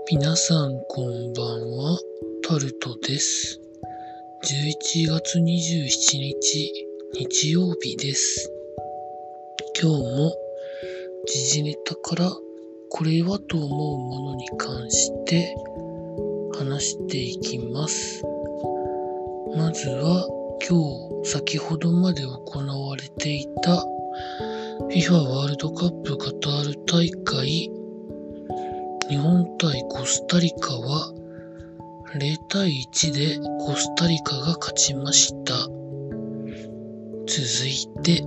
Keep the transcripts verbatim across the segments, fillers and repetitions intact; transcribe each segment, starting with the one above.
皆さんこんばんは、タルトです。じゅういちがつにじゅうしちにち、日曜日です。今日も時事ネタからこれはと思うものに関して話していきます。まずは今日先ほどまで行われていた フィファ ワールドカップカタール大会、日本対コスタリカはゼロたいいちでコスタリカが勝ちました。続いて、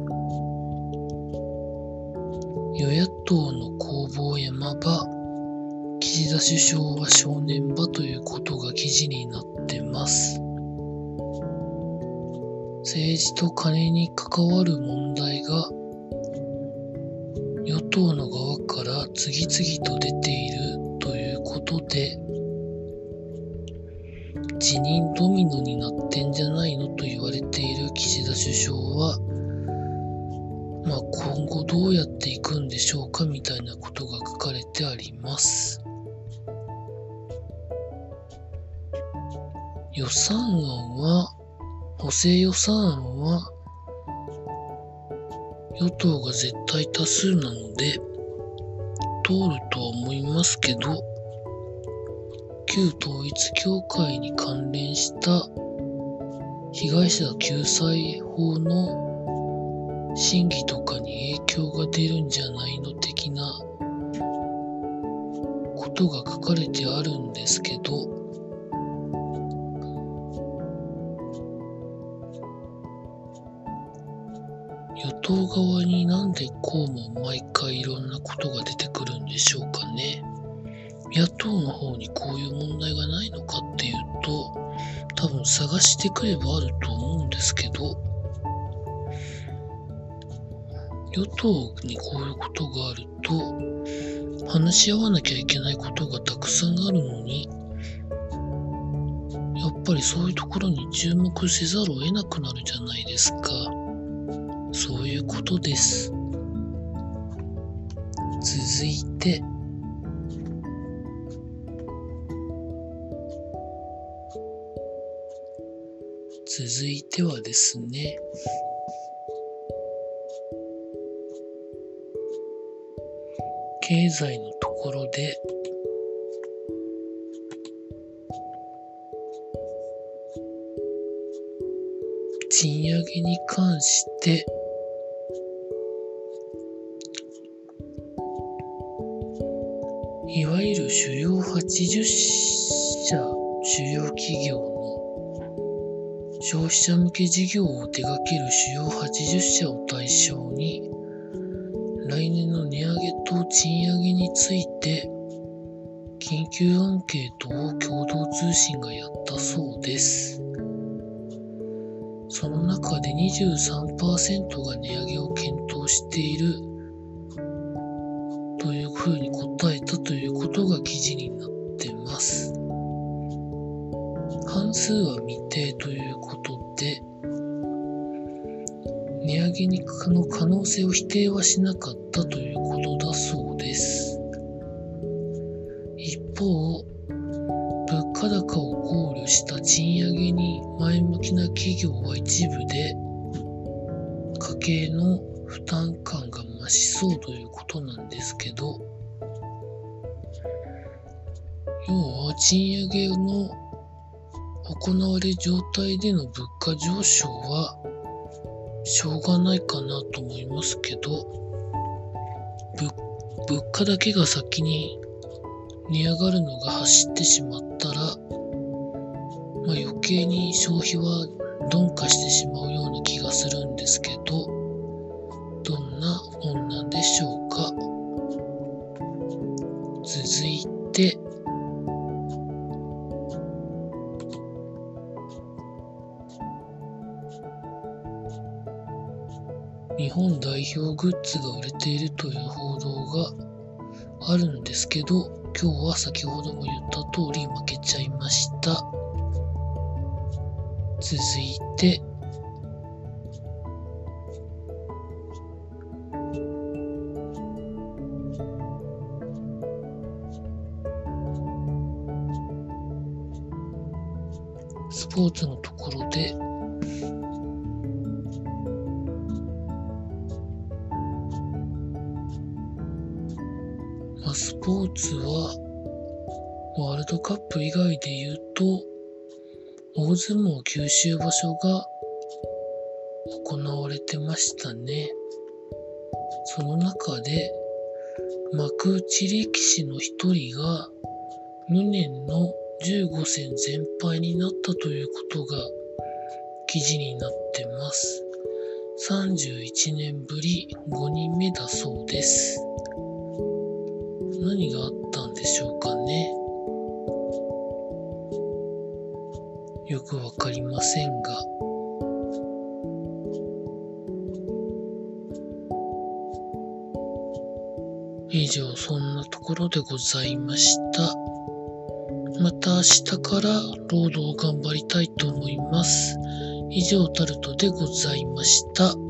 与野党の攻防山場、岸田首相は正念場ということが記事になってます。政治と金に関わる問題が与党の側から次々と出ているということで、辞任ドミノになってんじゃないのと言われている岸田首相は、まあ今後どうやっていくんでしょうかみたいなことが書かれてあります。予算案は、補正予算案は与党が絶対多数なので通るとは思いますけど、旧統一教会に関連した被害者救済法の審議とかに影響が出るんじゃないの的なことが書かれてあるんですけど、与党側になんでこうも毎回いろんなことが出てくるんでしょうかね。野党の方にこういう問題がないのかっていうと、多分探してくればあると思うんですけど、与党にこういうことがあると話し合わなきゃいけないことがたくさんあるのに、やっぱりそういうところに注目せざるを得なくなるじゃないですか。そういうことです。続いて、続いてはですね、経済のところで、賃上げに関していわゆる主要はちじゅっしゃ、主要企業の消費者向け事業を手掛ける主要はちじゅっしゃを対象に、来年の値上げと賃上げについて緊急アンケートを共同通信がやったそうです。その中で にじゅうさんパーセント が値上げを検討しているというふうに答えたということが記事になってます。半数は未定ということで、値上げにの可能性を否定はしなかったということだそうです。一方、物価高を考慮した賃上げに前向きな企業は一部で家計の負担感が増しそうということなんですけど、要は賃上げの行われる状態での物価上昇はしょうがないかなと思いますけど、物価だけが先に値上がるのが走ってしまったら、まあ、余計に消費は鈍化してしまうような気がするんですけど、どんな本なんでしょうか。続いて、日本代表グッズが売れているという報道があるんですけど、今日は先ほども言った通り負けちゃいました。続いて、 ポーツのところで、まあ、スポーツはワールドカップ以外で言うと、大相撲九州場所が行われてましたね。その中で幕内力士の一人が無念のじゅうごせん全敗になったということが記事になってます。さんじゅういちねんぶりごにんめだそうです。何があったんでしょうかね。よくわかりませんが、以上そんなところでございました。また明日から労働を頑張りたいと思います。以上タルトでございました。